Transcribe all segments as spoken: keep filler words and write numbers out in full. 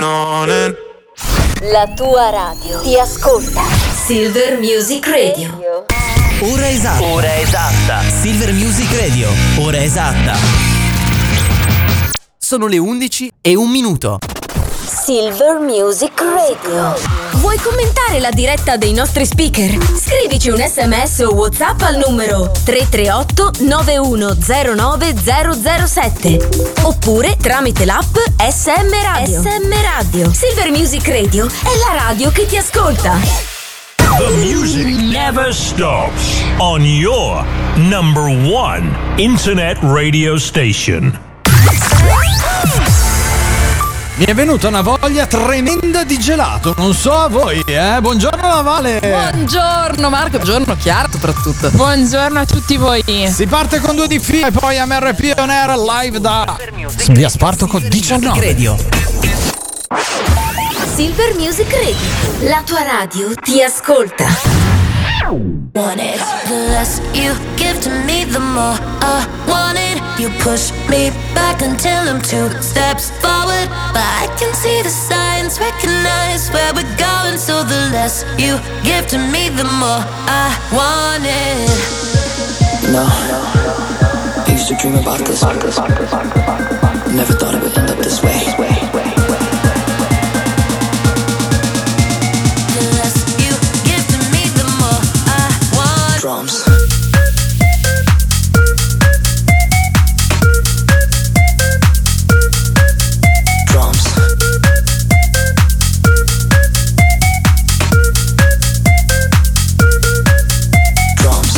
going on and la tua radio ti ascolta. Silver Music Radio. Ora esatta. Ora esatta. Silver Music Radio. Ora esatta. Sono le undici e un minuto. Silver Music Radio. Vuoi commentare la diretta dei nostri speaker? Scrivici un sms o WhatsApp al numero tre tre otto nove uno zero nove zero zero sette oppure tramite l'app S M Radio. S M Radio. Silver Music Radio è la radio che ti ascolta. The music never stops on your number one internet radio station. Mi è venuta una voglia tremenda di gelato, non so a voi, eh? Buongiorno Vale! Buongiorno Marco, buongiorno Chiara soprattutto. Buongiorno a tutti voi. Si parte con due di fila e poi M R P On Air live da via Spartaco diciannove. Radio. Silver Music Radio, la tua radio ti ascolta. Want it. The less you give to me, the more I want it. You push me back until I'm two steps forward, but I can see the signs, recognize where we're going. So the less you give to me, the more I want it. No, I used to dream about this. Never thought it would end up this way. Drums. Drums. Drums.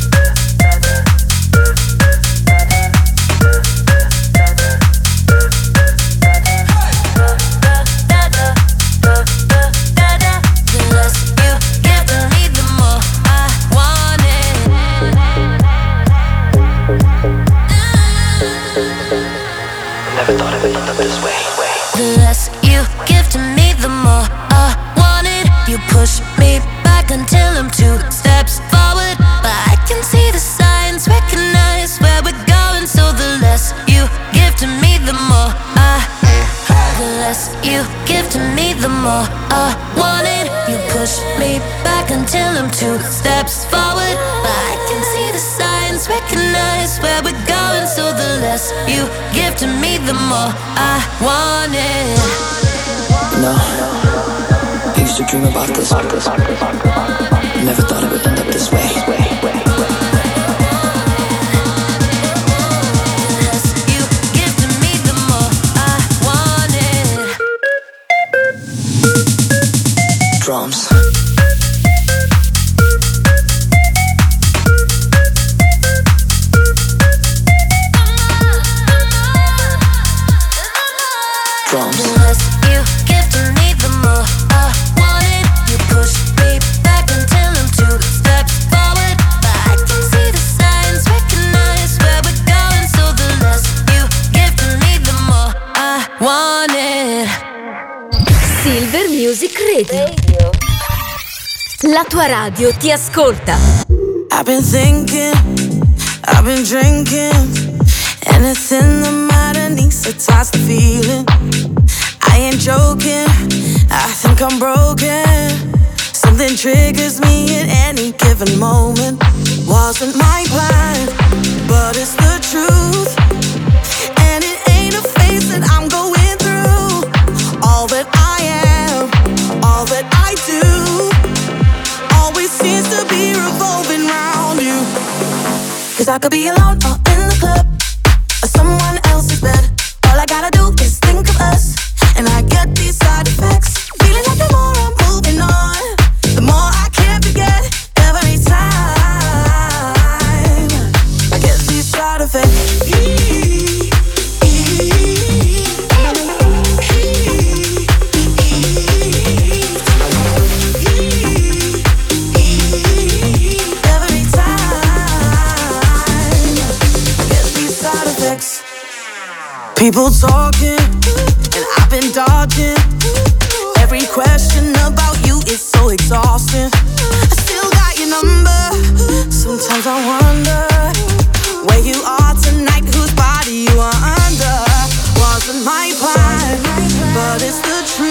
Never thought it would end up this way. The less you give to me, the more I want it. You push me back until I'm two steps forward, but I can see the signs, recognize where we're going. So the less you give to me, the more I The less you give to me, the more I want it. You push me back until I'm two steps forward, but I can see the signs, recognize where we're going. So the less you give to me, the more I want it. No, I used to dream about this. Never thought it would end up this way. Drums. Drums. The less you give to me, the more I want it. You push me back until I'm two steps forward, but I can see the signs, recognize where we're going. So the less you give to me, the more I want it. Silver Music Radio. La tua radio ti ascolta. I've been thinking, I've been drinking, anything the matter needs to touch the feeling. I ain't joking, I think I'm broken. Something triggers me at any given moment. Wasn't my plan, but it's the truth. And it ain't a phase that I'm going through. All that I am, all that I do, always seems to be revolving around you. Cause I could be alone or in the club, or someone else's bed. All I gotta do is think of us, and I get these side effects. Feeling like the more I'm moving on, the more I can't forget. Every time I get these side effects. People talking, and I've been dodging. Every question about you is so exhausting. I still got your number. Sometimes I wonder where you are tonight, whose body you are under. Wasn't my plan, but it's the truth.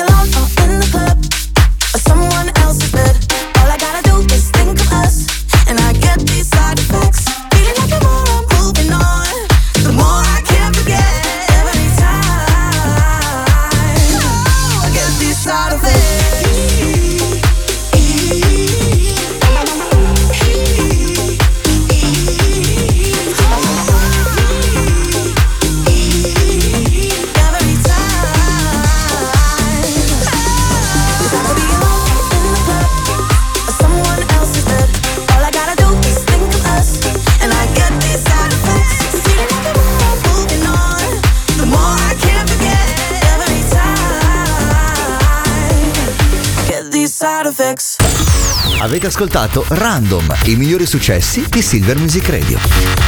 alone or in the club or someone else's bed. All I gotta do is think of us, and I get these side effects. Feeling like the more I'm moving on, the more I can't forget. Every time oh, I get these side effects. Avete ascoltato Random, i migliori successi di Silver Music Radio.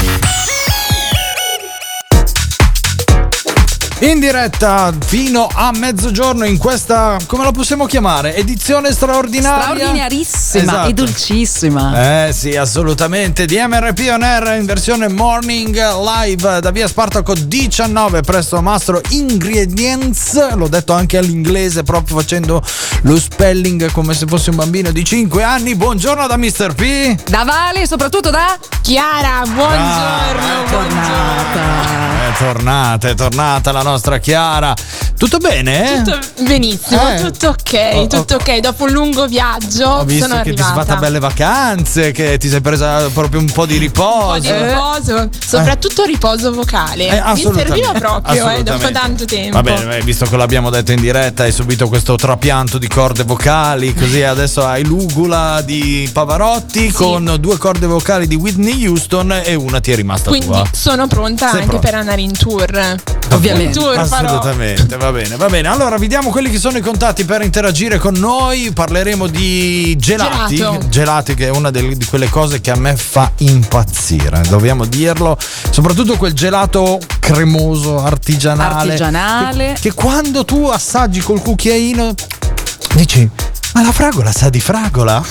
In diretta fino a mezzogiorno in questa, come la possiamo chiamare? Edizione straordinaria. Straordinarissima, esatto. E dolcissima. Eh sì, assolutamente. D M R P On Air in versione morning live da via Spartaco diciannove presso Mastro Ingredients. L'ho detto anche all'inglese, proprio facendo lo spelling come se fosse un bambino di cinque anni. Buongiorno da mister P. Da Vale e soprattutto da Chiara. Buongiorno, Ah, è buongiorno. È tornata, è tornata la nostra Chiara. Tutto bene? Tutto benissimo, Eh. tutto ok, Oh, oh. tutto ok. Dopo un lungo viaggio Ho visto sono che arrivata. ti sei fatta belle vacanze, che ti sei presa proprio un po' di riposo. Un po' di riposo, soprattutto riposo vocale. Eh, Mi assolutamente. serviva proprio, eh, dopo Assolutamente. tanto tempo. Va bene, eh, visto che l'abbiamo detto in diretta, hai subito questo trapianto di corde vocali, così adesso hai l'ugula di Pavarotti Sì. con due corde vocali di Whitney Houston e una ti è rimasta Quindi tua. sono pronta Sei anche pronta? per andare in tour. Ovviamente. In tour farò. Assolutamente, va bene, va bene. Allora, vediamo quelli che sono i contatti per interagire con noi. Parleremo di gelati. Gelato. Gelati, che è una delle- di quelle cose che a me fa impazzire, dobbiamo dirlo. Soprattutto quel gelato cremoso, artigianale. Artigianale. Che, che quando tu assaggi col cucchiaino dici: ma la fragola sa di fragola?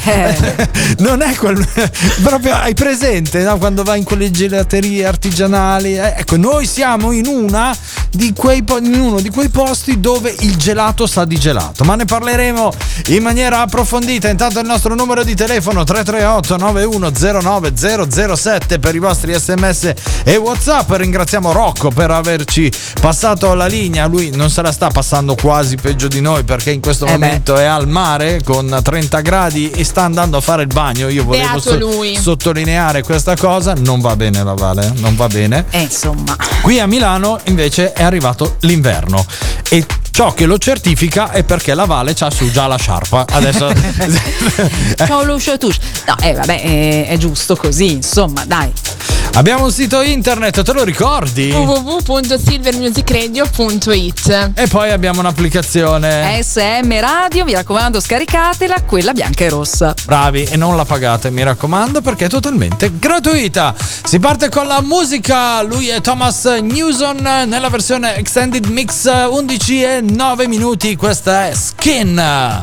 Non è quel. Proprio hai presente, no? Quando vai in quelle gelaterie artigianali. Eh, ecco, noi siamo in una di quei po- in uno di quei posti dove il gelato sa di gelato. Ma ne parleremo in maniera approfondita. Intanto il nostro numero di telefono tre tre otto nove uno zero nove zero zero sette per i vostri sms e WhatsApp. Ringraziamo Rocco per averci passato la linea. Lui non se la sta passando quasi peggio di noi, perché in questo Eh momento è al mare con trenta gradi e sta andando a fare il bagno. Io volevo Beato lui. sottolineare questa cosa. Non va bene la Vale, non va bene. Eh, insomma. Qui a Milano invece è arrivato l'inverno e ciò che lo certifica è perché la Vale c'ha su già la sciarpa. Adesso Ciao lo shatush. No, eh vabbè, è, è giusto così, insomma, dai. abbiamo un sito internet, te lo ricordi? w w w punto silver music radio punto i t. E poi abbiamo un'applicazione. S M Radio, mi raccomando, scaricatela, quella bianca e rossa. Bravi, e non la pagate, mi raccomando, perché è totalmente gratuita. Si parte con la musica. Lui è Thomas Newson nella versione Extended Mix, undici e nove minuti. Questa è Skin.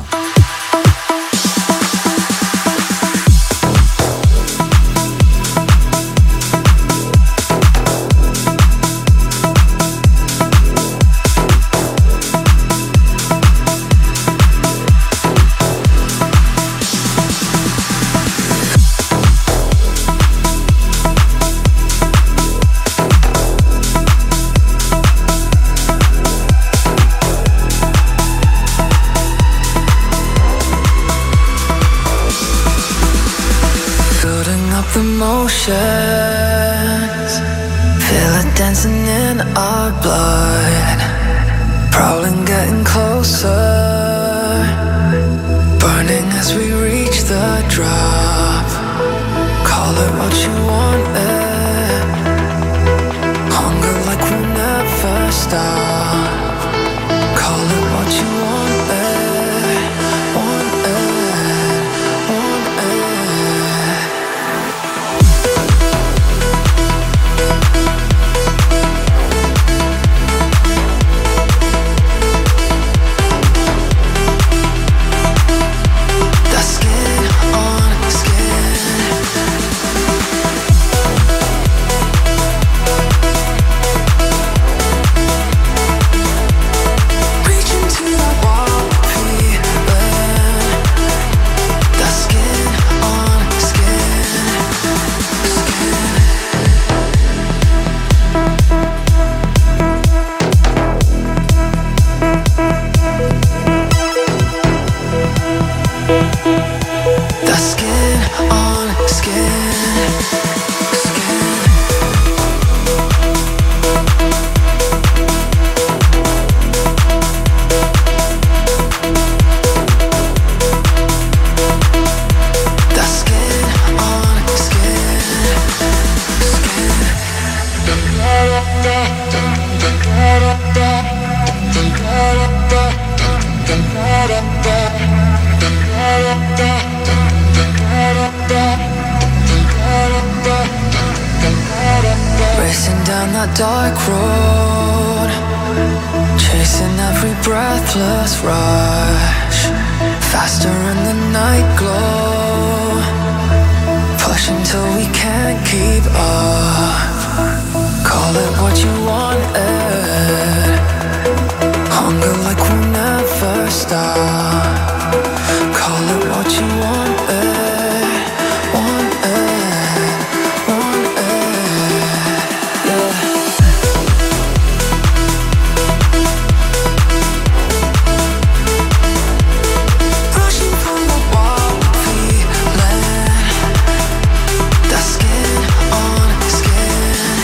The motions, feel it dancing in our blood, prowling, getting closer, burning as we reach the drop. Call it what you want it, hunger like we'll never stop. Call it what you want it, want it, want it. The skin on skin. Racing down that dark road, chasing every breathless rush, faster in the night glow, pushing till we can't keep up. Call it what you want it, hunger like we'll never stop. Call it what you want it, want it, want it, yeah. Rushing from the wild feeling, that skin on skin.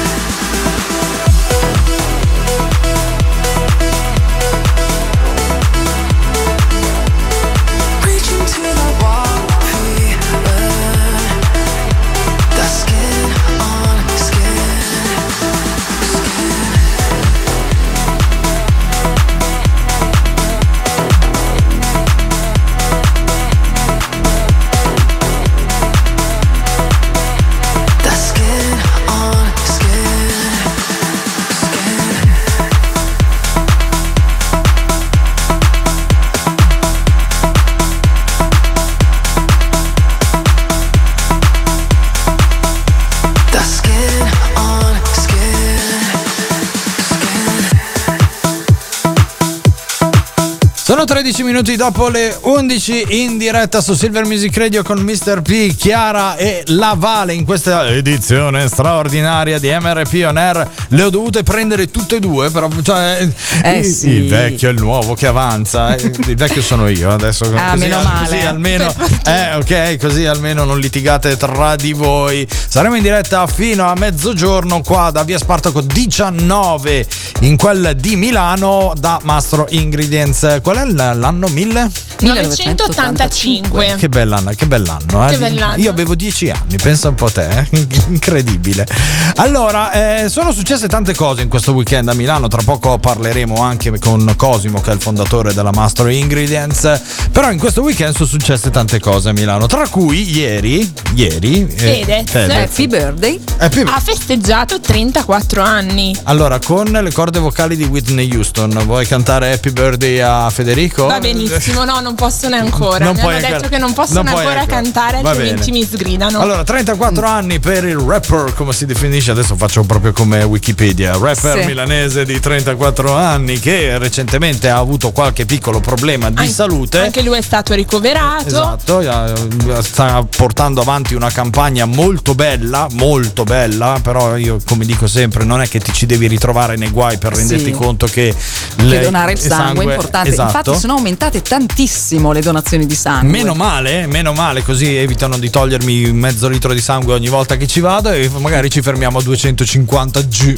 Reaching to the wild feeling, that skin on skin, skin. That skin on skin, skin. That skin on skin, skin. Sono tredici minuti dopo le undici in diretta su Silver Music Radio con mister P, Chiara e La Vale in questa edizione straordinaria di M R P On Air. Le ho dovute prendere tutte e due, però cioè, Eh il, sì. il vecchio e il nuovo che avanza. Il vecchio sono io adesso. Ah, così, meno così male. almeno, eh, ok, così almeno non litigate tra di voi. Saremo in diretta fino a mezzogiorno qua da Via Spartaco diciannove in quel di Milano da Mastro Ingredients. Qual è l'anno? mille? millenovecentottantacinque. Che bell'anno, che bell'anno, eh? Che bell'anno. Io avevo dieci anni, pensa un po' te, eh? Incredibile. Allora, eh, sono successe tante cose in questo weekend a Milano. Tra poco parleremo anche con Cosimo, che è il fondatore della Mastro Ingredients. Però in questo weekend sono successe tante cose a Milano, tra cui ieri, ieri eh, Fedez. Happy birthday. Happy- Ha festeggiato trentaquattro anni. Allora, con le corde vocali di Whitney Houston, vuoi cantare Happy Birthday a Federico? Va benissimo, no, non possono ancora. Non Mi puoi hanno detto ancora- che non possono non puoi ancora ancora. cantare, Va altrimenti bene. mi sgridano. Allora, trentaquattro anni per il rapper, come si definisce? Adesso faccio proprio come Wikipedia. Rapper Sì. milanese di trentaquattro anni che recentemente ha avuto qualche piccolo problema di An- salute. Anche lui è stato ricoverato. Esatto, eh, sta portando avanti una campagna molto bella, molto bella, però io come dico sempre non è che ti ci devi ritrovare nei guai per renderti Sì. conto che, Che le- donare il sangue è importante. Esatto. Infatti sono aumentate tantissimo le donazioni di sangue. Meno male, meno male, così evitano di togliermi mezzo litro di sangue ogni volta che ci vado e magari ci fermiamo a duecentocinquanta giù.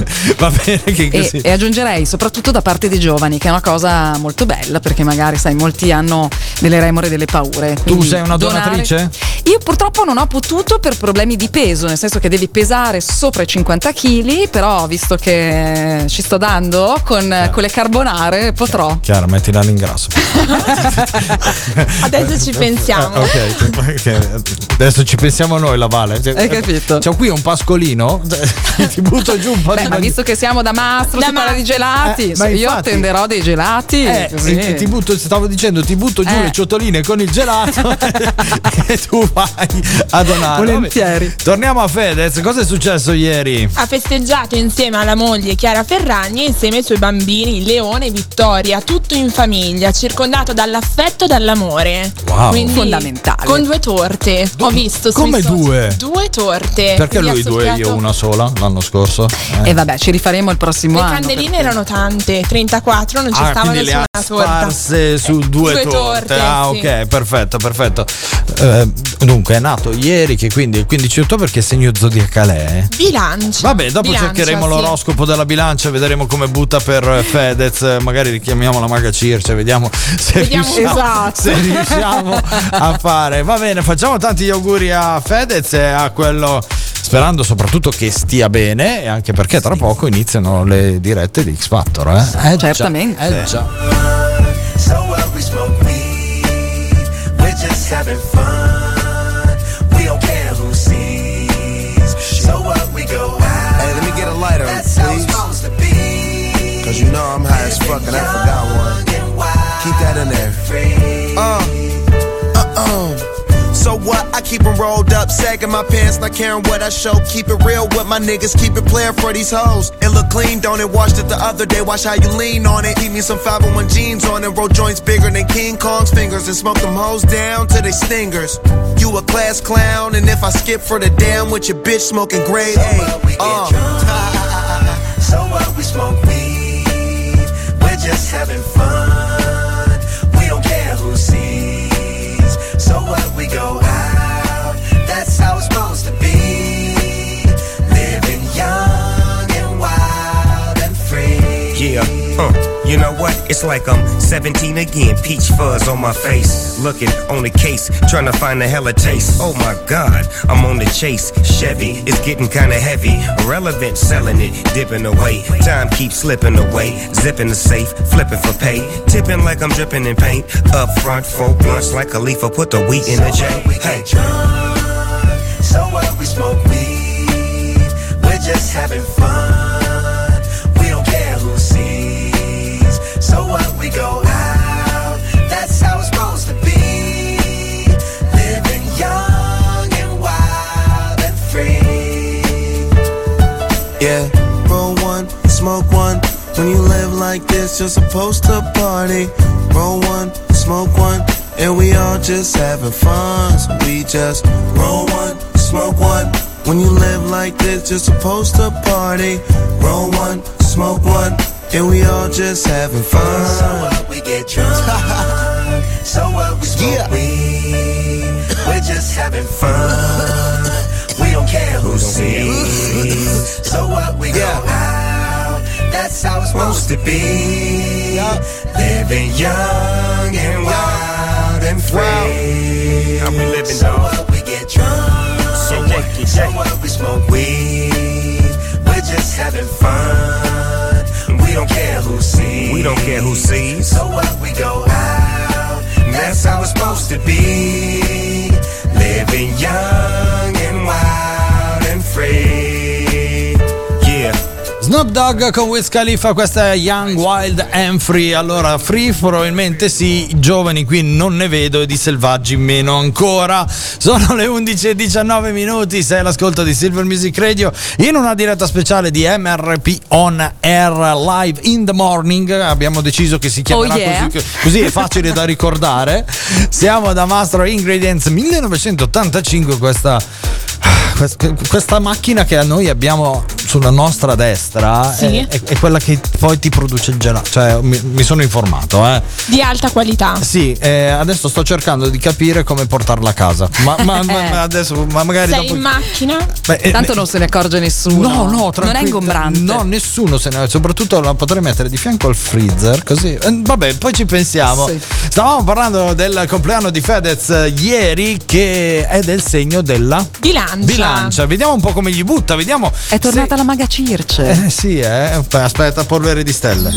Va bene che E, così. e aggiungerei soprattutto da parte dei giovani, che è una cosa molto bella, perché magari sai molti hanno delle remore, delle paure. Tu Quindi sei una donare- donatrice? Io purtroppo non ho potuto per problemi di peso, nel senso che devi pesare sopra i cinquanta chili, però visto che ci sto dando con, con le carbonare potrò. Chiaro, mettila all'ingrasso. Adesso ci pensiamo. Eh, ok, ok. Adesso ci pensiamo noi, La Vale. Hai capito? C'ho qui un pascolino, ti butto giù un po' Beh, di ma visto che siamo da Mastro, Da si parla Ma- di gelati, Eh, ma io infatti- attenderò dei gelati. Eh, così. ti, ti butto, stavo dicendo, ti butto giù Eh. le ciotoline con il gelato e tu vai a donare. Volentieri. Vabbè, torniamo a Fedez. Cosa è successo ieri? Ha festeggiato insieme alla moglie Chiara Ferragni e insieme ai suoi bambini Leone e Vittoria, tutto in famiglia, circondato dall'affetto e dall'amore. Wow. Quindi, Fondamentale. Con due torte. Ho visto sui come social- due? Due torte. Perché Quindi lui ha due e io soffiato- una sola l'anno scorso? Eh. E vabbè, ci rifaremo il prossimo Le anno. candeline perché- erano tante, trentaquattro, non ci Ah, stavano quindi su le una ha torta. sparse su due, Due torte. torte, Ah, sì. ok, perfetto, perfetto. Eh, dunque, è nato ieri, che quindi il quindici ottobre, che segno zodiacale è? Bilancia. Vabbè, dopo Bilancia, cercheremo sì. l'oroscopo della bilancia, vedremo come butta per Fedez, magari richiamiamo la maga Circe, vediamo se, Vediamo- riusciamo, Esatto. se riusciamo a fare. Va bene, facciamo tanti auguri a Fedez e a quello, sperando soprattutto che stia bene, e anche perché tra poco iniziano le dirette di X Factor, eh? Eh già, Certamente. eh già. So what we spoke just having fun. We don't care who sees. So what, we go out. Hey, let me get a lighter, That's please. how it's supposed to be. Cause you know I'm high as fuck and I forgot one. Keep that in there. Uh, uh-uh. So what? I keep them rolled up, sagging my pants, not caring what I show. Keep it real with my niggas, keep it playing for these hoes. It look clean, don't it? Washed it the other day, watch how you lean on it. Keep me some five oh one jeans on and roll joints bigger than King Kong's fingers. And smoke them hoes down to they stingers. You a class clown, and if I skip for the damn with your bitch smoking grade So A. what, we get Uh. drunk. So what, we smoke weed. We're just having fun. We don't care who sees. So what, we go out. That's how it's supposed to be. Living young and wild and free. Yeah, uh, you know what? It's like I'm seventeen again, peach fuzz on my face. Looking on the case, trying to find a hella taste. Oh my God, I'm on the chase. Chevy, it's getting kinda heavy. Irrelevant, selling it, dipping away. Time keeps slipping away. Zipping the safe, flipping for pay. Tipping like I'm dripping in paint. Up front, four blunts like a leaf, put the wheat in the J. Hey. So what, we smoke weed. We're just having fun. We don't care who sees. So what, we go out. That's how it's supposed to be. Living young and wild and free. Yeah, roll one, smoke one. When you live like this, you're supposed to party. Roll one, smoke one, and we all just having fun. So we just roll one, smoke one. When you live like this, you're supposed to party. Roll one, smoke one, and we all just having fun. So what, we get drunk. So what, we smoke Yeah. weed. We're just having fun. We don't care who sees. So what, we go out. That's how it's supposed to be. Living young and wild and free. How we living, So dog? what, we get drunk. So what, you So say? what, we smoke weed. We're just having fun. We don't care who sees. We don't care who sees. So what, we go out. That's how it's supposed to be. Living young and wild and free. Yeah. Snoop Dogg con Wiz Khalifa, questa è Young, Wild and Free. Allora, free probabilmente sì, giovani qui non ne vedo e di selvaggi meno ancora. Sono le undici e diciannove minuti, sei all'ascolto di Silver Music Radio in una diretta speciale di M R P On Air Live in the Morning. Abbiamo deciso che si chiamerà Oh yeah. così, così è facile da ricordare. Siamo da Master Ingredients millenovecentottantacinque, questa questa macchina che noi abbiamo sulla nostra destra, sì, è, è, è quella che poi ti produce il gelato. Cioè, mi, mi sono informato, eh. Di alta qualità. Sì, eh, adesso sto cercando di capire come portarla a casa. Ma, ma, ma, ma adesso, ma magari Sei dopo. in macchina? Beh, eh, Tanto non se ne accorge nessuno. No, no, non è tranquilli- ingombrante. No, nessuno se ne. Soprattutto la potrei mettere di fianco al freezer, così. Eh, vabbè, poi ci pensiamo. Sì. Stavamo parlando del compleanno di Fedez eh, ieri, che è del segno della Bilancia. bilancia. Vediamo un po' come gli butta, vediamo. È tornata se- la maga Circe. Eh sì, eh. Aspetta, polvere di stelle.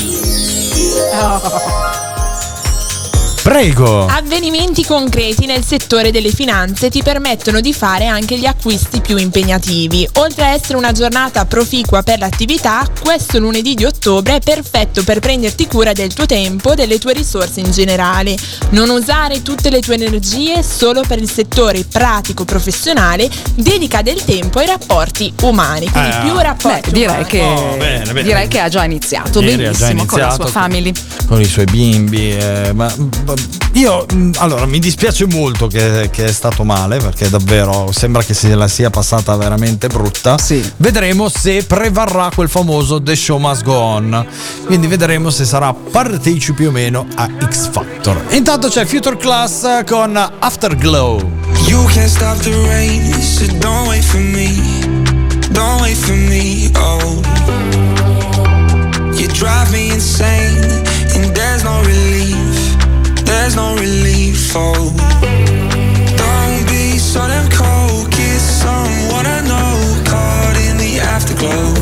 Prego. Avvenimenti concreti nel settore delle finanze ti permettono di fare anche gli acquisti più impegnativi. Oltre a essere una giornata proficua per l'attività, questo lunedì di ottobre è perfetto per prenderti cura del tuo tempo, delle tue risorse in generale. Non usare tutte le tue energie solo per il settore pratico-professionale, dedica del tempo ai rapporti umani. Quindi Eh, più rapporti Beh, direi umani. che, Oh, bene, bene. direi che ha già iniziato Ieri ha già benissimo con la iniziato sua family. con i suoi bimbi. eh, ma, ma io mh, allora mi dispiace molto che, che è stato male, perché davvero sembra che se la sia passata veramente brutta. Sì. Vedremo se prevarrà quel famoso The Show Must Go On. Quindi vedremo se sarà partecipi o meno a X Factor. Intanto c'è Future Class con Afterglow. You can't stop the rain, so don't wait for me. Don't wait for me, oh. You drive me insane, and there's no relief. There's no relief, oh. Don't be so damn cold, kiss someone I know, caught in the afterglow.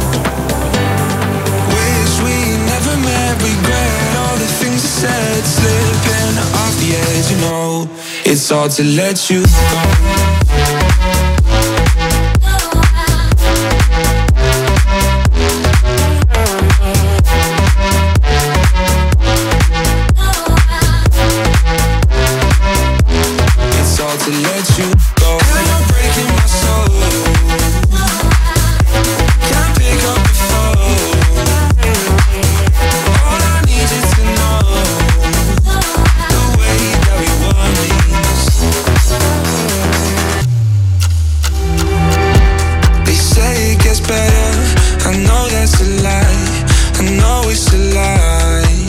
Wish we never met, regret all the things I said, slipping off the edge, you know. it's hard to let you go. To let you go, and you're breaking my soul. Can't pick up the phone. All I need is to know the way that we want this. They say it gets better. I know that's a lie. I know it's a lie.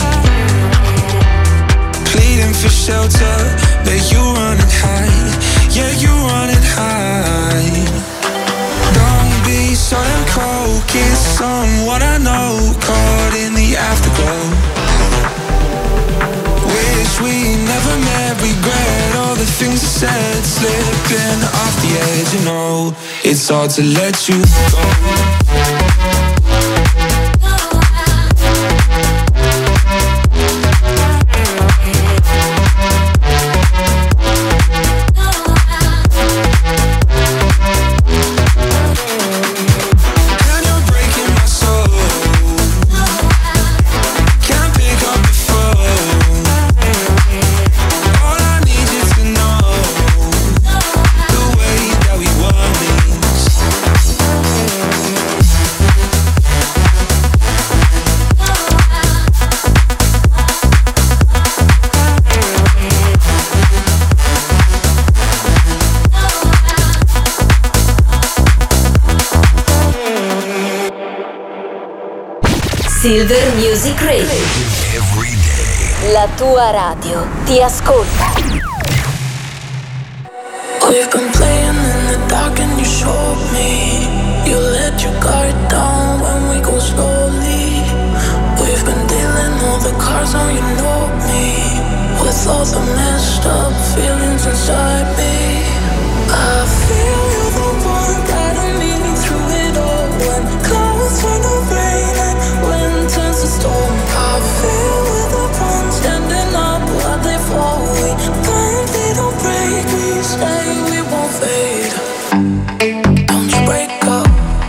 Pleading for shelter, but you running high. Yeah, you running high. Don't be so damn cold. Get someone I know caught in the afterglow. Wish we never met. Regret all the things I said. Slipping off the edge, you know. It's hard to let you go. Silver Music Radio. La tua radio ti ascolta. We've been playing in the dark and you showed me. You let your guard down when we go slowly. We've been dealing all the cards on, you know me. With all the messed up feelings inside me. I feel you're the one guiding me through it all. When clouds turn to rain and wind turns to storm, I feel we're the ones standing up while they fall. We bend, they don't break, we stay, we won't fade. Don't you break up.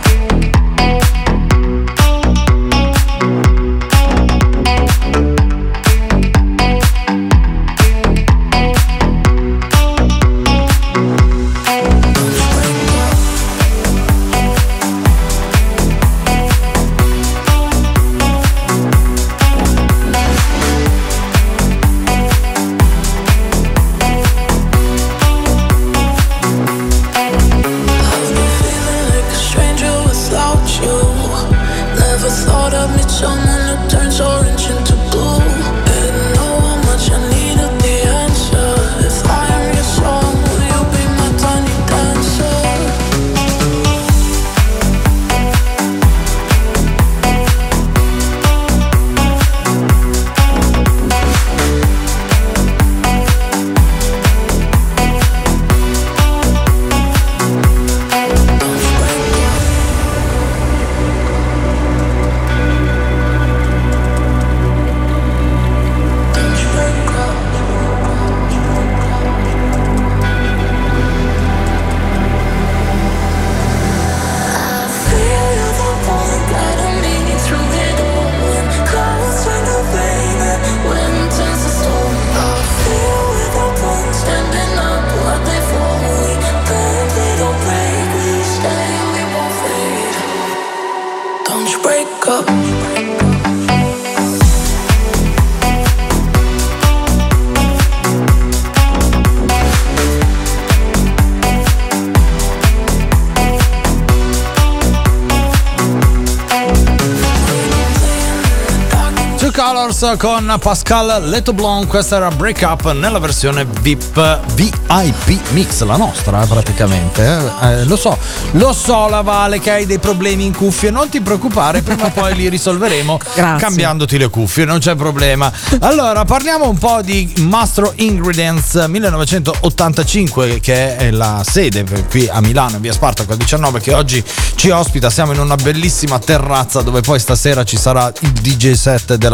Con Pascal Letoblanc, questa era Break Up nella versione V I P V I P Mix, la nostra praticamente. Eh, eh, lo so, lo so la Vale che hai dei problemi in cuffie, non ti preoccupare, prima o poi li risolveremo cambiandoti le cuffie, non c'è problema. Allora parliamo un po' di Mastro Ingredients millenovecentottantacinque, che è la sede qui a Milano, in via Spartaco diciannove, che oggi ci ospita. Siamo in una bellissima terrazza dove poi stasera ci sarà il D J set della Vale.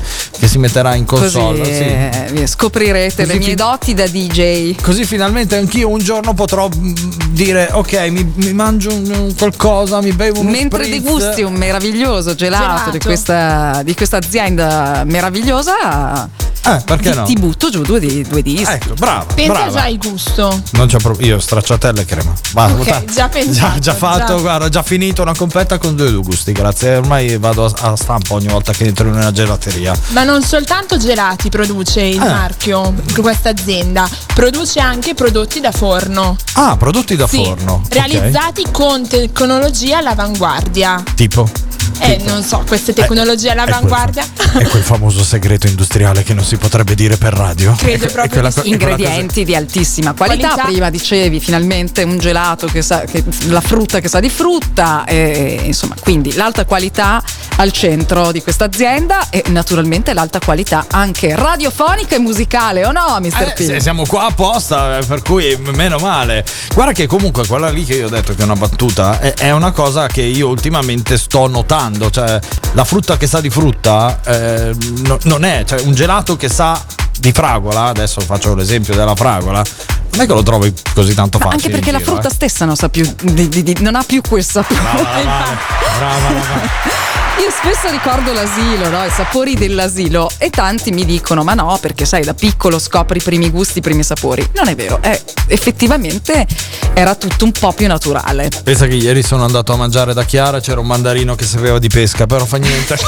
che si metterà in console. Così sì. eh, scoprirete Così le mie fi- doti da D J. Così finalmente anch'io un giorno potrò mm, dire ok, mi, mi mangio un, qualcosa, mi bevo un Mentre spritz. degusti un meraviglioso gelato, Gelato. di questa di questa azienda meravigliosa, Eh, perché ti, no? ti butto giù due, di- due dischi. Ecco, brava, Pensa brava. già al gusto. Non c'ho proprio io stracciatelle e crema. Va, Ok, va- già pensato, già, già fatto, già. guarda, già finito una competta con due gusti, grazie. Ormai vado a, a stampo ogni volta che entro in una gelateria. Ma non soltanto gelati produce il Eh. marchio, questa azienda, produce anche prodotti da forno. Ah, prodotti da Sì, forno. ok. realizzati con tecnologia all'avanguardia. Tipo? Eh, non so, queste tecnologie all'avanguardia. È quel famoso segreto industriale che non si potrebbe dire per radio? Credo È- è proprio quella di co- sì. è quella Ingredienti di altissima qualità. Qualità. Prima dicevi finalmente un gelato che sa che, la frutta che sa di frutta, e, insomma, quindi l'alta qualità al centro di questa azienda e naturalmente l'alta qualità anche radiofonica e musicale, o no, mister Eh, P? se siamo qua apposta, eh, per cui meno male. Guarda che comunque quella lì che io ho detto che è una battuta è, è una cosa che io ultimamente sto notando. Cioè, la frutta che sa di frutta eh, no- non è, cioè un gelato che sa di fragola, adesso faccio l'esempio della fragola, non è che lo trovi così tanto Ma facile. anche perché in la giro, frutta eh. stessa non sa più di- di- di- non ha più quel sapore. Brava, brava, brava, brava. Io spesso ricordo l'asilo, no? I sapori dell'asilo, e tanti mi dicono ma no, perché sai, da piccolo scopri i primi gusti, i primi sapori. Non è vero, è, effettivamente era tutto un po' più naturale. Pensa che ieri sono andato a mangiare da Chiara, c'era un mandarino che sapeva di pesca, però fa niente.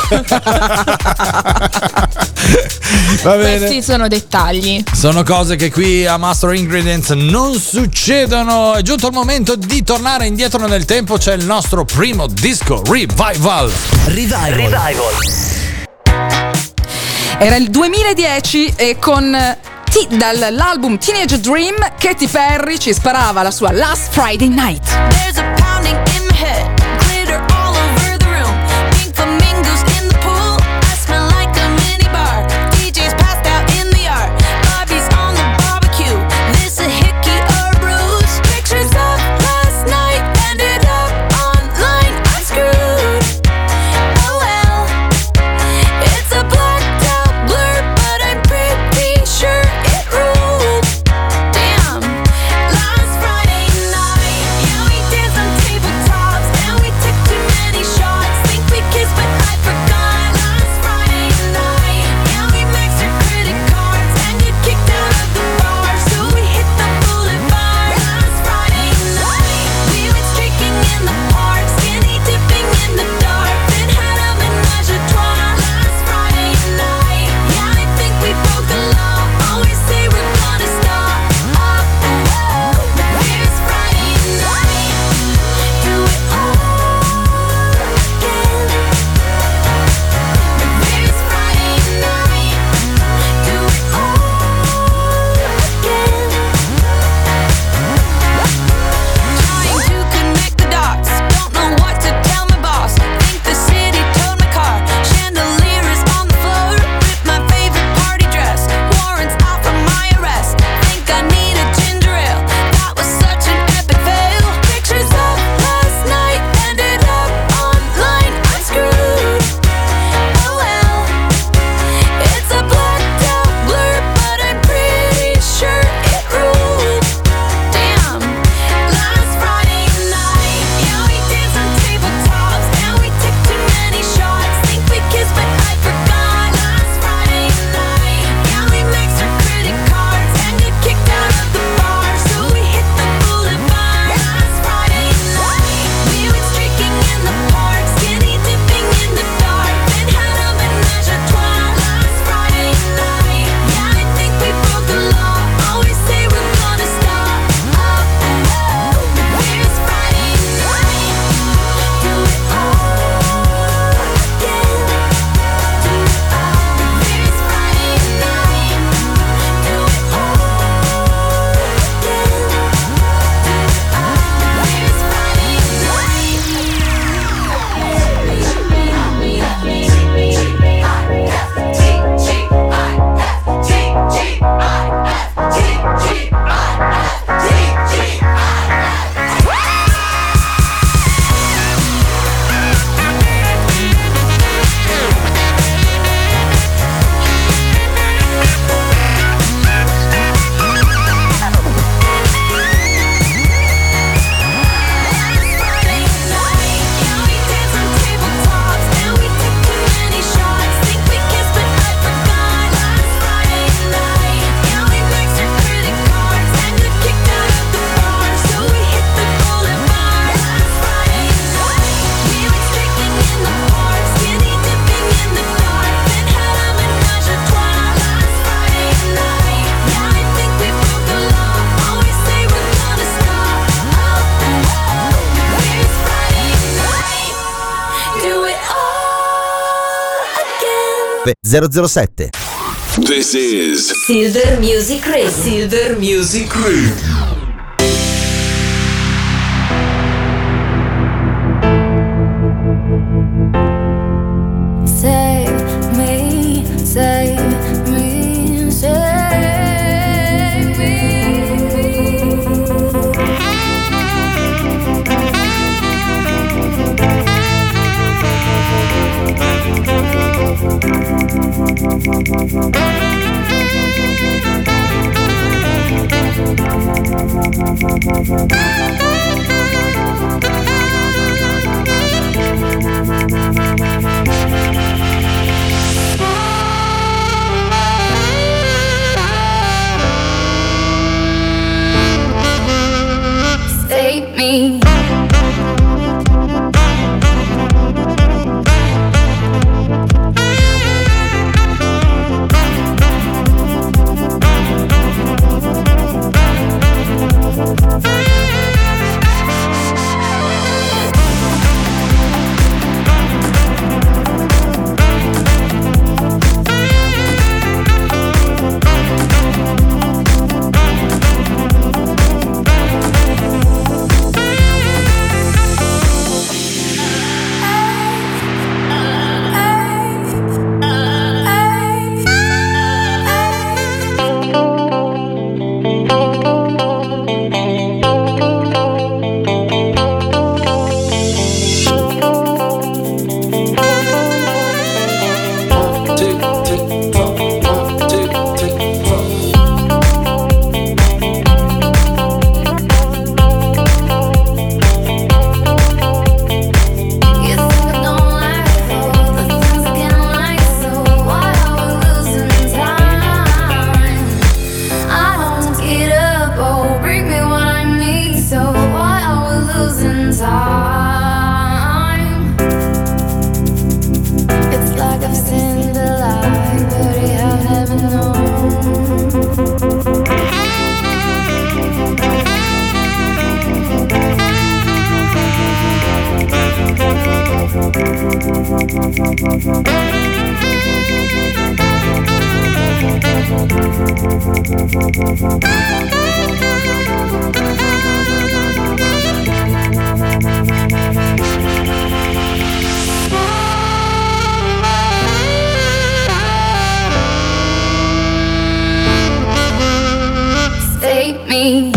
Va bene. Questi sono dettagli. Sono cose che qui a Master Ingredients non succedono. È giunto il momento di tornare indietro nel tempo. C'è il nostro primo disco revival. Revival. Era il duemiladieci e con T- dall'album Teenage Dream Katy Perry ci sparava la sua Last Friday Night. There's a pounding in my head, glitter all over the room, pink flamingos in the pool, I smell like a minibar, D J's passed out in the yard, Bobby's on the barbecue, this a hickey or bruise, pictures of last night ended up online, I'm screwed, oh well, it's a blacked out blur, but I'm pretty sure it ruled, damn, last Friday night, yeah we danced on tabletop. zero zero sette. This is Silver Music Radio. Silver Music Radio. Save me, save me, save me. Save me. Save me.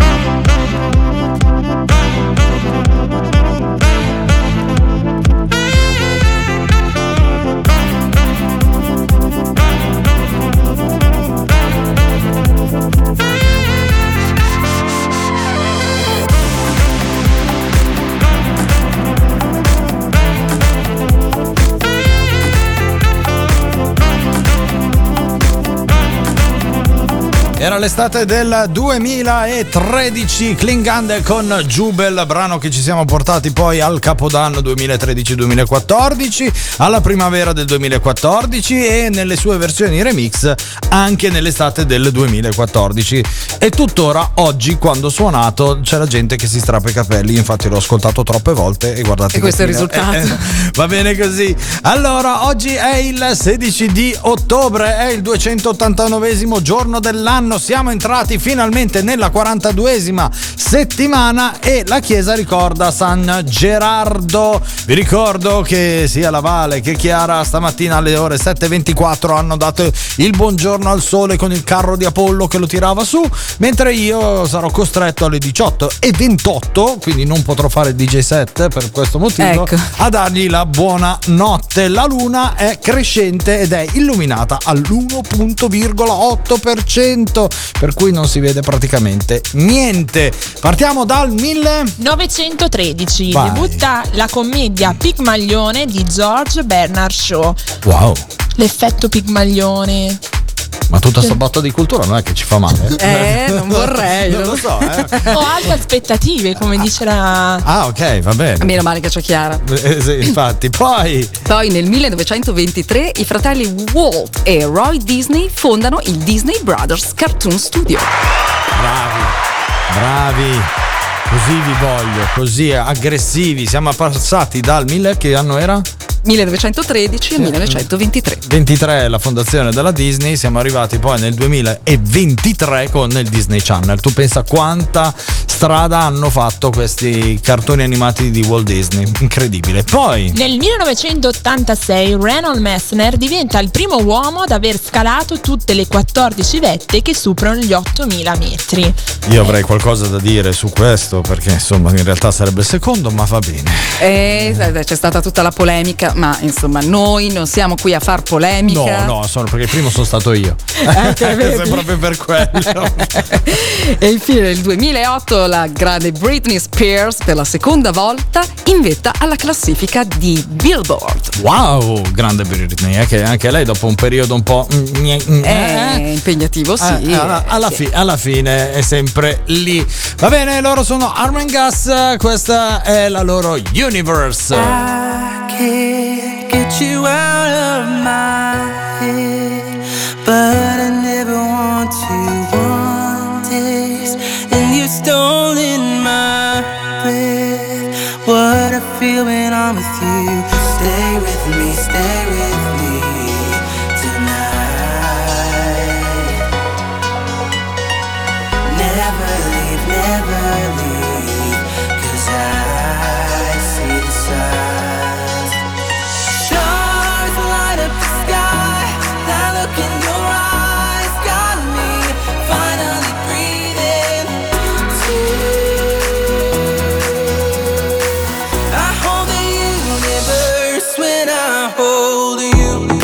Era l'estate del duemilatredici, Klingande con Jubel, brano che ci siamo portati poi al Capodanno duemilatredici duemilaquattordici, alla primavera del duemilaquattordici e nelle sue versioni remix anche nell'estate del duemilaquattordici. E tuttora oggi, quando ho suonato, c'è la gente che si strappa i capelli, infatti l'ho ascoltato troppe volte e guardate e questo è il fine. risultato. Eh, eh, va bene così. Allora, oggi è il sedici di ottobre, è il duecentottantanovesimo giorno dell'anno. Siamo entrati finalmente nella quarantaduesima settimana e la chiesa ricorda San Gerardo. Vi ricordo che sia la Vale che Chiara stamattina alle ore sette e ventiquattro hanno dato il buongiorno al sole con il carro di Apollo che lo tirava su, mentre io sarò costretto alle diciotto e ventotto, quindi non potrò fare il D J set per questo motivo, ecco, a dargli la buona notte. La luna è crescente ed è illuminata all'uno virgola otto per cento, per cui non si vede praticamente niente. Partiamo dal millenovecentotredici. Vai. Debutta la commedia Pigmalione di George Bernard Shaw. Wow. L'effetto Pigmalione. Ma tutta sta botta di cultura non è che ci fa male? Eh, non vorrei. non lo so, eh. Ho alte aspettative, come dice la... Ah, ok, va bene. Meno male che c'è Chiara. Eh, sì, infatti, poi... Poi nel millenovecentoventitré i fratelli Walt e Roy Disney fondano il Disney Brothers Cartoon Studio. Bravi, bravi. Così vi voglio, così aggressivi. Siamo passati dal mille, che anno era? millenovecentotredici e millenovecentoventitré. ventitré è la fondazione della Disney, siamo arrivati poi nel duemilaventitré con il Disney Channel. Tu pensa quanta strada hanno fatto questi cartoni animati di Walt Disney, incredibile. Poi nel millenovecentottantasei Reynold Messner diventa il primo uomo ad aver scalato tutte le quattordici vette che superano gli ottomila metri. Io avrei qualcosa da dire su questo, perché insomma in realtà sarebbe il secondo, ma va bene. E c'è stata tutta la polemica, ma insomma noi non siamo qui a far polemica. No, no, sono, perché il primo sono stato io. Eh, È proprio per quello. E infine nel duemilaotto la grande Britney Spears per la seconda volta in vetta alla classifica di Billboard. Wow, grande Britney, eh, che anche lei dopo un periodo un po' è impegnativo, sì. Eh, alla, alla, sì. Fi- alla fine è sempre lì. Va bene, loro sono Armin Gas, questa è la loro Universe. I can't get you out of my head, but I never want to want this, and you're stolen my breath. What I feel when I'm with you. Stay with me, stay with me tonight. Never leave, never leave, 'cause I see the signs. Stars light up the sky, that look in your eyes got me finally breathing too. I hold the universe when I hold you.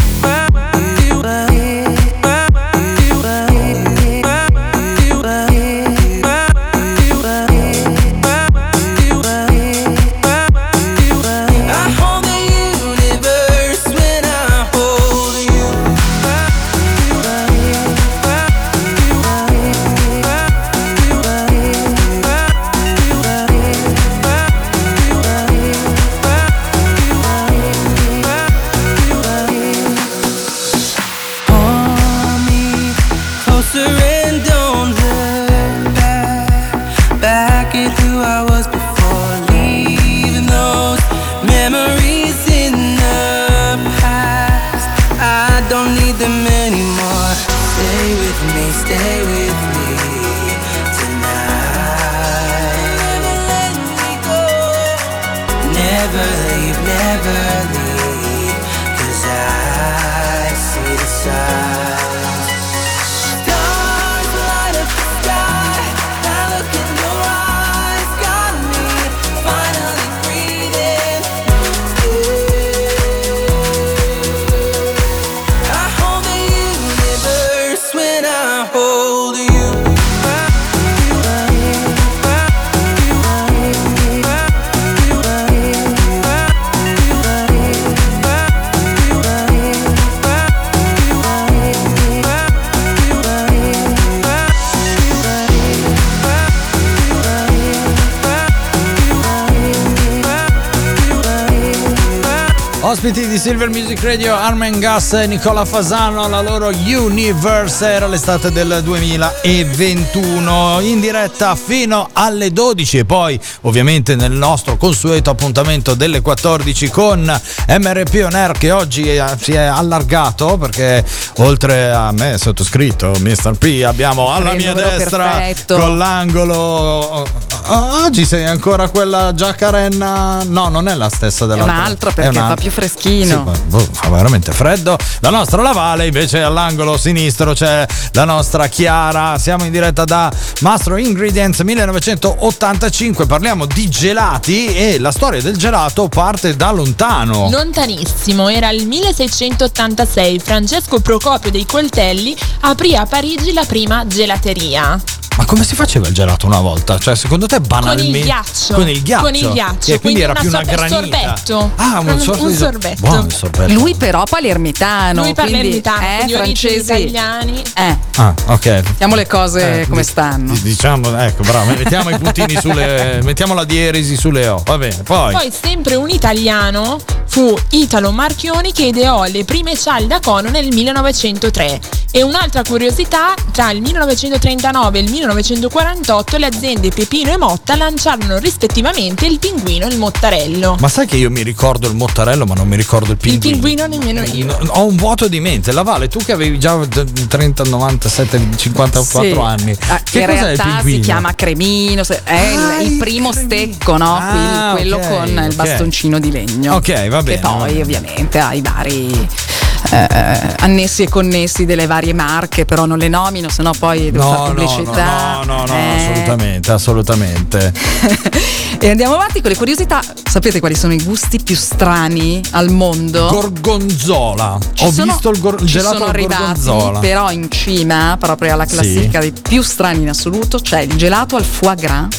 Ospiti di Silver Music Radio, Armin Gas e Nicola Fasano, la loro Universe, era l'estate del duemilaventuno, in diretta fino alle dodici e poi ovviamente nel nostro consueto appuntamento delle quattordici con M R P On Air, che oggi è, si è allargato, perché oltre a me sottoscritto mister P abbiamo alla mia destra perfetto. Con l'angolo. Oggi sei ancora quella giaccarenna? No, non è la stessa dell'altra. È un'altra, perché è una... fa più freschino. Sì, boh, fa veramente freddo. La nostra Lavale, invece all'angolo sinistro c'è la nostra Chiara. Siamo in diretta da Mastro Ingredients millenovecentottantacinque. Parliamo di gelati e la storia del gelato parte da lontano. Lontanissimo, era il milleseicentottantasei. Francesco Procopio dei Coltelli aprì a Parigi la prima gelateria. Ma come si faceva il gelato una volta? Cioè, secondo te banalmente? Con il ghiaccio. Con il ghiaccio. Con il ghiaccio. E quindi, quindi era una più una sorta granita. Sorbetto. Ah, un, un, sorta un di sorbetto. Buon sorbetto. Lui però palermitano. Lui palermitano, quindi, eh, quindi francesi italiani. Eh. Ah, ok. Mettiamo le cose eh, come d- stanno. Diciamo, ecco, bravo, mettiamo i puntini sulle. Mettiamo la dieresi sulle O. Va bene, poi. Poi sempre un italiano, Fu Italo Marchioni che ideò le prime cialde da cono nel millenovecentotre. E un'altra curiosità, tra il millenovecentotrentanove e il millenovecentoquarantotto le aziende Pepino e Motta lanciarono rispettivamente il pinguino e il mottarello. Ma sai che io mi ricordo il mottarello ma non mi ricordo il pinguino? Il pinguino nemmeno io. No, ho un vuoto di mente. La Vale, tu che avevi già trenta, novantasette, cinquantaquattro sì. anni, ah, che in cos'è realtà il pinguino? si chiama cremino, è Ah, il, il primo cremino. stecco, no? Ah, quello ok, con il ok. bastoncino di legno. Ok, va bene. Che poi va bene. ovviamente ha i vari eh, annessi e connessi delle varie marche, però non le nomino, sennò poi devo No, fare pubblicità. no, no, no, no, Eh. assolutamente, assolutamente. E andiamo avanti con le curiosità. Sapete quali sono i gusti più strani al mondo? Gorgonzola. Ci Ho sono- visto il, gor- il ci gelato sono al arrivati, gorgonzola. però in cima, proprio alla classifica dei più strani in assoluto, c'è il gelato al foie gras.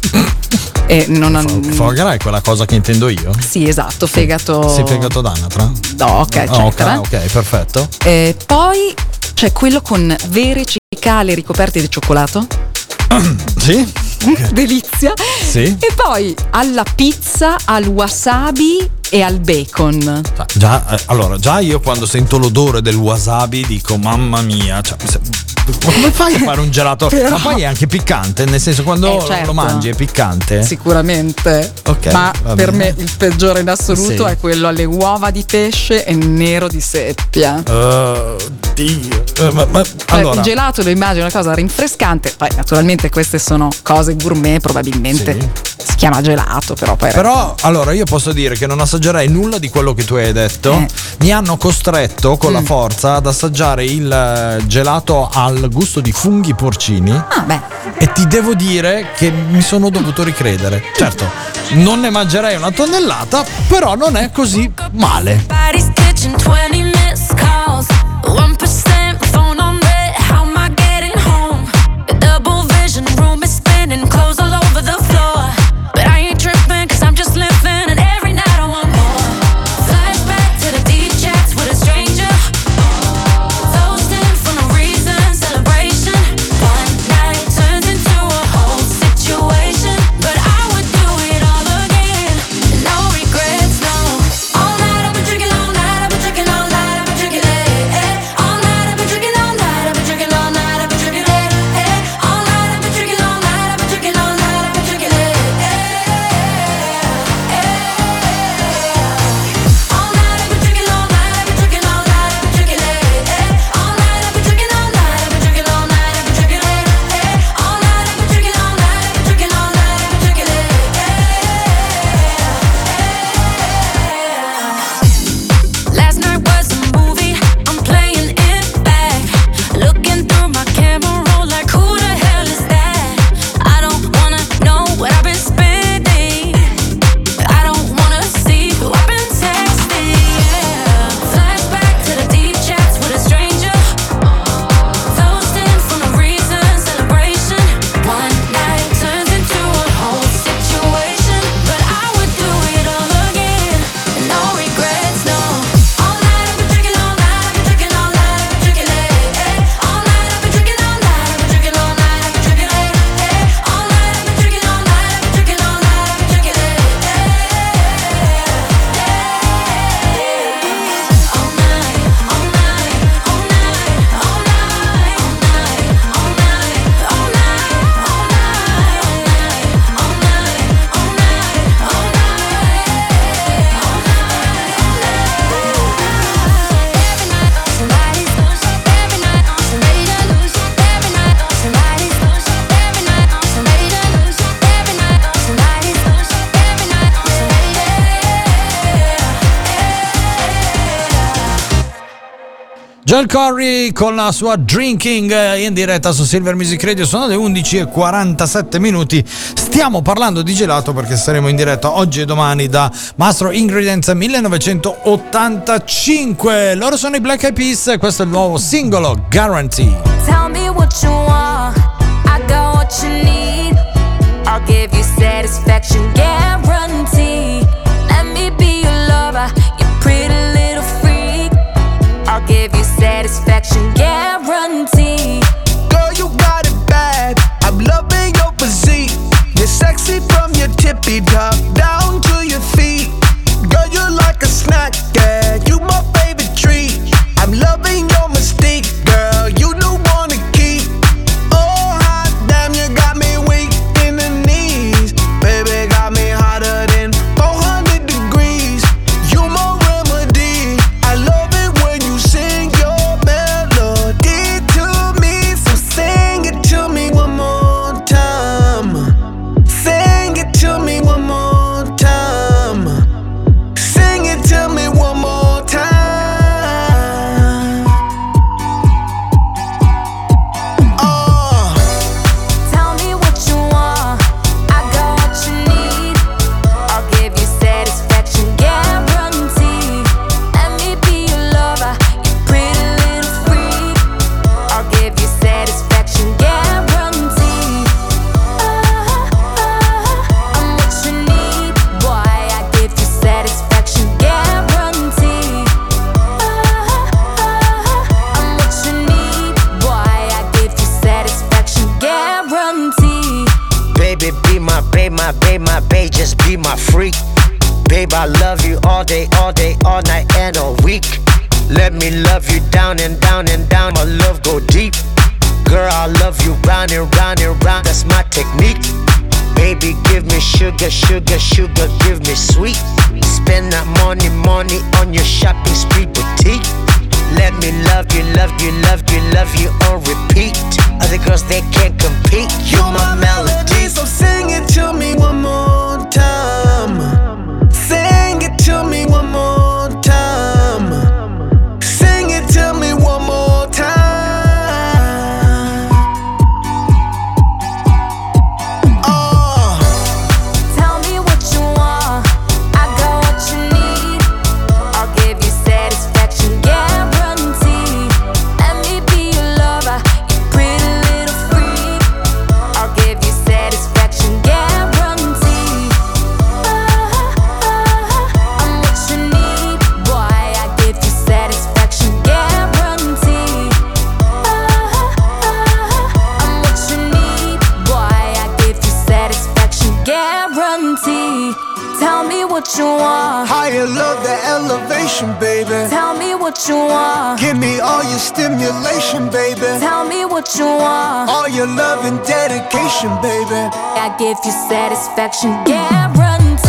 E non ha... Foie gras è quella cosa che intendo io? Sì, esatto, fegato. Sì, fegato d'anatra? No, ok, Ah, eccetera. ok, ok, perfetto. E poi c'è quello con vere cicale ricoperti di cioccolato. Sì? Delizia. Sì. E poi alla pizza, al wasabi e al bacon. Già, eh, allora, già io quando sento l'odore del wasabi dico mamma mia, cioè, se- ma come fai a fare un gelato? Però- Ma poi è anche piccante, nel senso quando Eh, certo. lo mangi è piccante? Sicuramente. Ok, Ma va per bene. me il peggiore in assoluto Sì. è quello alle uova di pesce e nero di seppia. Oh, Dio. Eh, ma- ma- Cioè, allora, il gelato lo immagino una cosa rinfrescante, poi naturalmente queste sono cose gourmet, probabilmente si chiama gelato, però poi Però allora io posso dire che non assaggerei nulla di quello che tu hai detto. Eh. Mi hanno costretto con Mm. la forza ad assaggiare il eh, gelato al gusto di funghi porcini. Ah, beh. E ti devo dire che mi sono dovuto ricredere. Certo, non ne mangerei una tonnellata, però non è così male. Everybody's catching twenty missed calls. one percent phone on red. How am I getting home? The double vision room is spinning. Clothes all over the floor. But I ain't tripping, cause I'm just living. And every night I want more. Flashback to the deep chats with a stranger. Toasting for no reason. Celebration. One night turns into a whole situation. But I would do it all again. No regrets, no. All night I've been drinking, all night I've been drinking, all night I've been drinking late. All night I've been drinking, all night I've been drinking, all night I've been drinking late. All night I've been drinking, all night I've been drinking, all night I've been drinking late. All night I've been drinking, all night I've been drinking, all night I've been drinking late. All night I've been drinking, all night I've been drinking, all night I've been drinking late. All night I've been drinking, all night I've been drinking, all night I've been drinking late. Last night was a movie, I'm playing it back. Looking through my camera roll like who the hell is that? I don't wanna know what I've been spending. I don't wanna see who I've been texting. Yeah. Flashback to the deep chats with a stranger. Toasting for no reason, celebration. One night turns into a whole situation. But I would do it all again. No regrets, no. All night I've been drinking, all night I've been drinking, all night I've been drinking late. All night I've been drinking, all night I've been drinking, all night I've been drinking late. All night I've been drinking, all night I've been drinking, all night I've been drinking late. Joel Corry con la sua Drinking eh, in diretta su Silver Music Radio. Sono le undici e quarantasette minuti. Stiamo parlando di gelato perché saremo in diretta oggi e domani da Mastro Ingredients millenovecentottantacinque. Loro sono i Black Eyed Peas, questo è il nuovo singolo Guarantee. Tell me what you want, I got what you need. I'll give you satisfaction guarantee. Let me be your lover, you pretty little freak. I'll give you satisfaction guarantee. Girl, you got it bad. I'm loving your physique. You're sexy from your tippy top down to your feet. Girl, you're like a I love you all day, all day, all night and all week. Let me love you down and down and down. My love go deep. Girl, I love you round and round and round. That's my technique. Baby, give me sugar, sugar, sugar, give me sweet. Spend that money, money on your shopping spree boutique. Let me love you, love you, love you, love you on repeat. Other girls, they can't compete. You're my melody. So sing it to me one more time. Sing it to me one more time. Sing it to me one more time. Oh. Tell me what you want, I got what you need. I'll give you satisfaction guarantee. Let me be your lover, you pretty little freak. I'll give you satisfaction guarantee. I'm what you need, boy. I give you satisfaction guarantee. I'm what you need, boy. I give you satisfaction guarantee. Tell me what you want. Higher love, the elevation, baby. Tell me what you want. Give me all your stimulation, baby. Tell me what you want. All your love and dedication, baby. I give you satisfaction guarantee.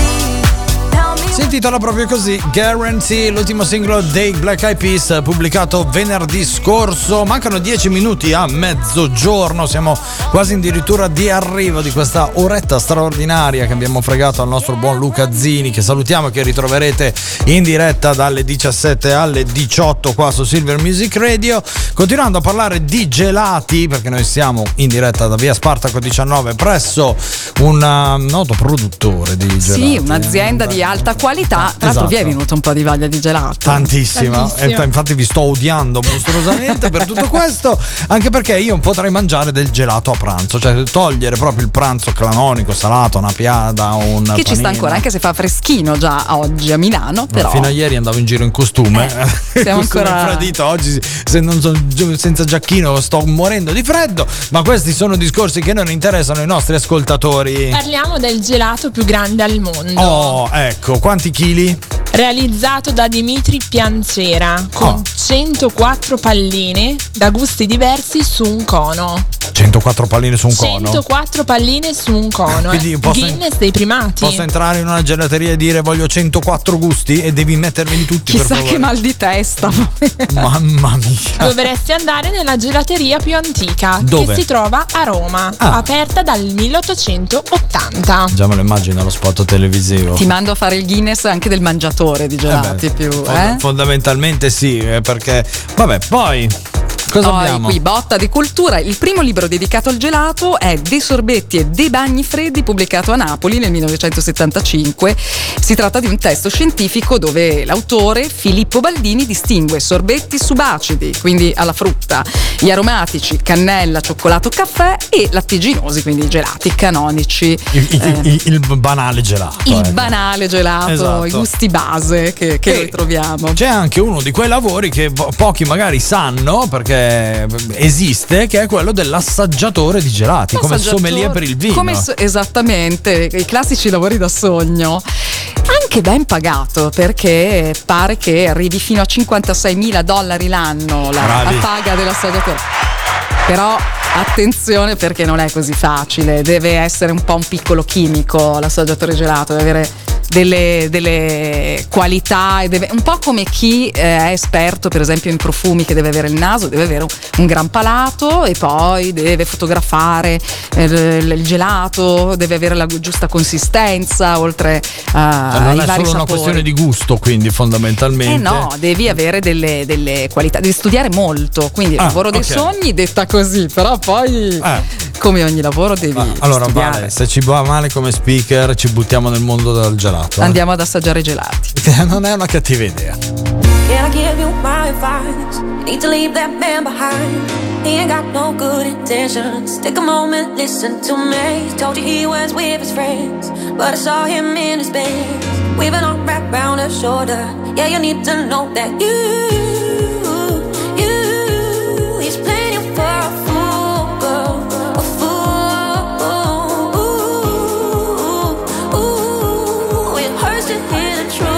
Tell me. Si intitola proprio così, Guarantee, l'ultimo singolo dei Black Eyed Peas, pubblicato venerdì scorso. Mancano dieci minuti a mezzogiorno, siamo quasi addirittura di arrivo di questa oretta straordinaria che abbiamo fregato al nostro buon Luca Zini, che salutiamo e che ritroverete in diretta dalle diciassette alle diciotto qua su Silver Music Radio, continuando a parlare di gelati, perché noi siamo in diretta da via Spartaco diciannove presso un uh, noto produttore di gelati. Sì, un'azienda di alta qualità. Tra l'altro, esatto. vi è venuto un po' di voglia di gelato. Tantissima. Tantissimo. E infatti vi sto odiando mostruosamente per tutto questo, anche perché io potrei mangiare del gelato a pranzo, cioè togliere proprio il pranzo canonico, salato, una piada, un Che panino. ci sta ancora, anche se fa freschino già oggi a Milano, però Fino a ieri andavo in giro in costume, eh, siamo costume ancora infradito. Oggi se non sono giù senza giacchino sto morendo di freddo, ma questi sono discorsi che non interessano i nostri ascoltatori. Parliamo del gelato più grande al mondo. Oh, ecco, quanti chili? Realizzato da Dimitri Piancera con Oh. centoquattro palline da gusti diversi su un cono. centoquattro palline su un cono. centoquattro palline su un cono. Quindi eh. posso- Guinness dei primati. Posso entrare in una gelateria e dire voglio centoquattro gusti e devi mettermeli tutti, per chissà favore. che mal di testa. Mamma mia. Dovresti andare nella gelateria più antica, Dove? che si trova a Roma, Ah. aperta dal milleottocentottanta. Già me lo immagino lo spot televisivo. Ti mando a fare il Guinness anche del mangiatore di gelati. Eh beh, più fond- eh? Fondamentalmente sì, eh, perché vabbè, poi cosa Poi abbiamo? qui botta di cultura. Il primo libro dedicato al gelato è Dei sorbetti e dei bagni freddi, pubblicato a Napoli nel millenovecentosettantacinque. Si tratta di un testo scientifico dove l'autore Filippo Baldini distingue sorbetti subacidi, quindi alla frutta, gli aromatici, cannella, cioccolato, caffè, e lattiginosi, quindi i gelati canonici. Il, il- Eh, il- il banale gelato. il ecco. banale gelato, Esatto. i gusti base che, che E noi troviamo. C'è anche uno di quei lavori che po- pochi magari sanno, perché esiste, che è quello dell'assaggiatore di gelati, come Assaggiatore- sommelier per il vino. come so- esattamente, i classici lavori da sogno. Anche ben pagato, perché pare che arrivi fino a cinquantaseimila dollari l'anno la, Bravi. la paga dell'assaggiatore. Però attenzione, perché non è così facile, deve essere un po' un piccolo chimico l'assaggiatore gelato, deve avere delle, delle qualità, e deve, un po' come chi eh, è esperto per esempio in profumi, che deve avere il naso, deve avere un, un gran palato e poi deve fotografare eh, il, il gelato, deve avere la giusta consistenza, oltre a non ai è vari solo una sapori. questione di gusto, quindi fondamentalmente. Eh no, devi avere delle, delle qualità, devi studiare molto, quindi il Ah, lavoro dei ok. sogni detta così, però poi Eh. come ogni lavoro devi Allora studiare. vale, se ci va male come speaker ci buttiamo nel mondo del gelato. eh. Andiamo ad assaggiare i gelati. Non è una cattiva idea. Can I give you my advice? You need to leave that man behind. He ain't got no good intentions. Take a moment, listen to me. He told you he was with his friends, but I saw him in his bed, with an arm wrapped around her shoulder. Yeah, you need to know that you, you, he's playing you for a fool, girl, a fool. Ooh, ooh, it hurts to hear the truth.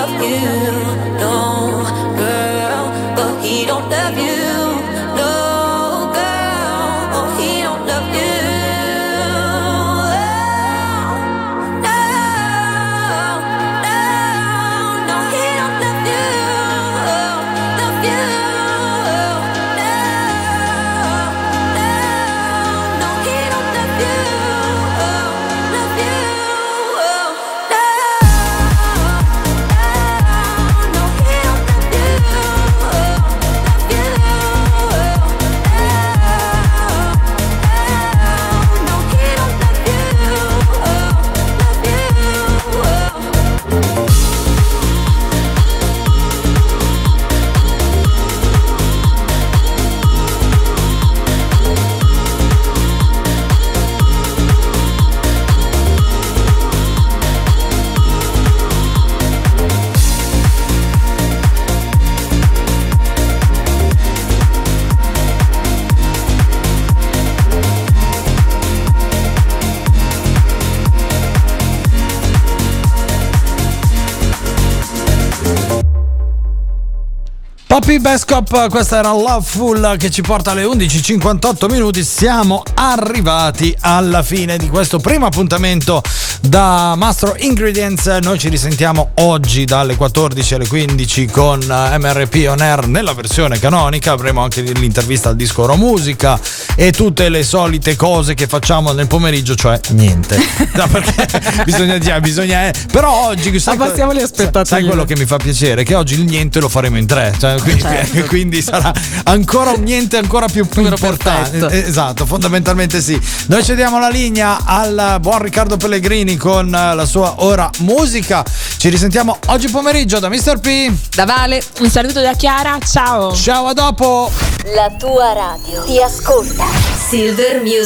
love you, no, girl. But he don't love you, no, girl. Oh, he don't love you. Poppy Beskop, questa era Loveful che ci porta alle undici e cinquantotto minuti. Siamo arrivati alla fine di questo primo appuntamento da Mastro Ingredients. Noi ci risentiamo oggi dalle quattordici alle quindici con M R P On Air nella versione canonica. Avremo anche l'intervista al disco Oro Musica e tutte le solite cose che facciamo nel pomeriggio, cioè niente. No, perché bisogna dire, bisogna. Però oggi sai, abbassiamo le aspettative. Sai quello che mi fa piacere? Che oggi il niente lo faremo in tre. Cioè, quindi, certo. quindi sarà ancora un niente ancora più, più importante. Perfetto. Esatto, fondamentalmente sì. Noi cediamo la linea al buon Riccardo Pellegrini con la sua Ora Musica. Ci risentiamo oggi pomeriggio da mister P, da Vale. Un saluto da Chiara, ciao. Ciao, a dopo. La tua radio ti ascolta. Silver Music